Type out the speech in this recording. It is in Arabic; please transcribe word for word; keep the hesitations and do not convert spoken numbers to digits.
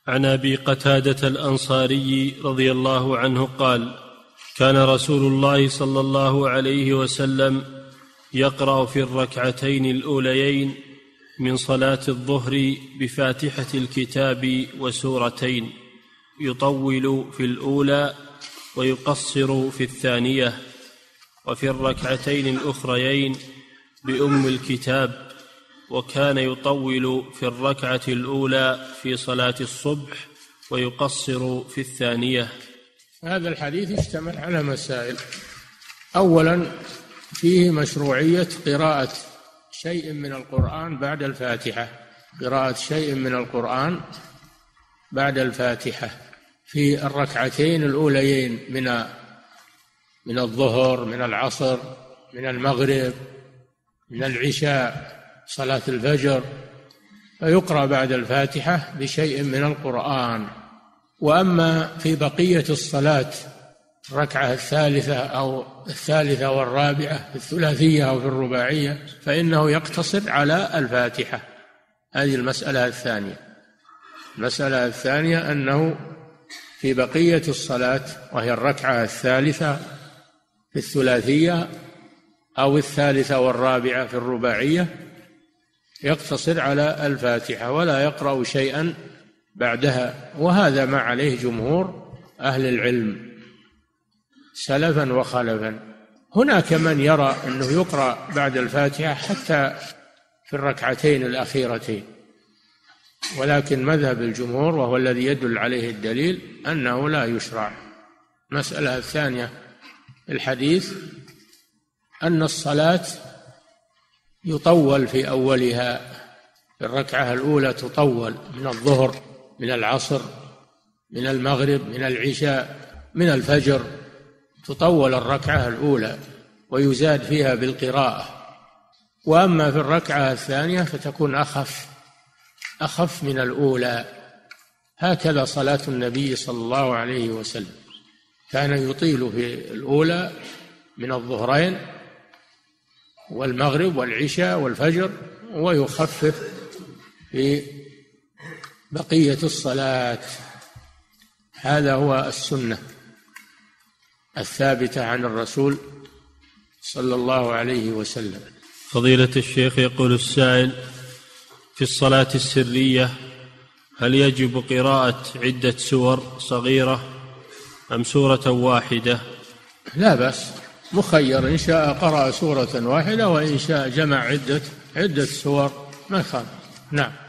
عن أبي قتادة الأنصاري رضي الله عنه قال: كان رسول الله صلى الله عليه وسلم يقرأ في الركعتين الأوليين من صلاة الظهر بفاتحة الكتاب وسورتين، يطول في الأولى ويقصر في الثانية، وفي الركعتين الأخريين بأم الكتاب، وكان يطول في الركعة الأولى في صلاة الصبح ويقصر في الثانية. هذا الحديث يشتمل على مسائل. أولا، فيه مشروعية قراءة شيء من القرآن بعد الفاتحة، قراءة شيء من القرآن بعد الفاتحة في الركعتين الأوليين من من الظهر، من العصر، من المغرب، من العشاء، صلاة الفجر، فيقرأ بعد الفاتحة بشيء من القرآن. وأما في بقية الصلاة، الركعة الثالثة أو الثالثة والرابعة، في الثلاثية أو في الرباعية، فإنه يقتصر على الفاتحة. هذه المسألة الثانية. المسألة الثانية أنه في بقية الصلاة، وهي الركعة الثالثة في الثلاثية أو الثالثة والرابعة في الرباعية، يقتصر على الفاتحة ولا يقرأ شيئا بعدها، وهذا ما عليه جمهور أهل العلم سلفا وخلفا. هناك من يرى أنه يقرأ بعد الفاتحة حتى في الركعتين الأخيرتين، ولكن مذهب الجمهور، وهو الذي يدل عليه الدليل، أنه لا يشرع. المسألة الثانية الحديث أن الصلاة يطول في أولها، في الركعة الأولى تطول من الظهر، من العصر، من المغرب، من العشاء، من الفجر، تطول الركعة الأولى ويزاد فيها بالقراءة. وأما في الركعة الثانية فتكون أخف أخف من الأولى. هكذا صلاة النبي صلى الله عليه وسلم، كان يطيل في الأولى من الظهرين والمغرب والعشاء والفجر، ويخفف في بقية الصلاة. هذا هو السنة الثابتة عن الرسول صلى الله عليه وسلم. فضيلة الشيخ، يقول السائل: في الصلاة السرية هل يجب قراءة عدة سور صغيرة أم سورة واحدة؟ لا بأس، مخير، إن شاء قرأ سورة واحدة، وإن شاء جمع عدة عدة سور ما خالف. نعم.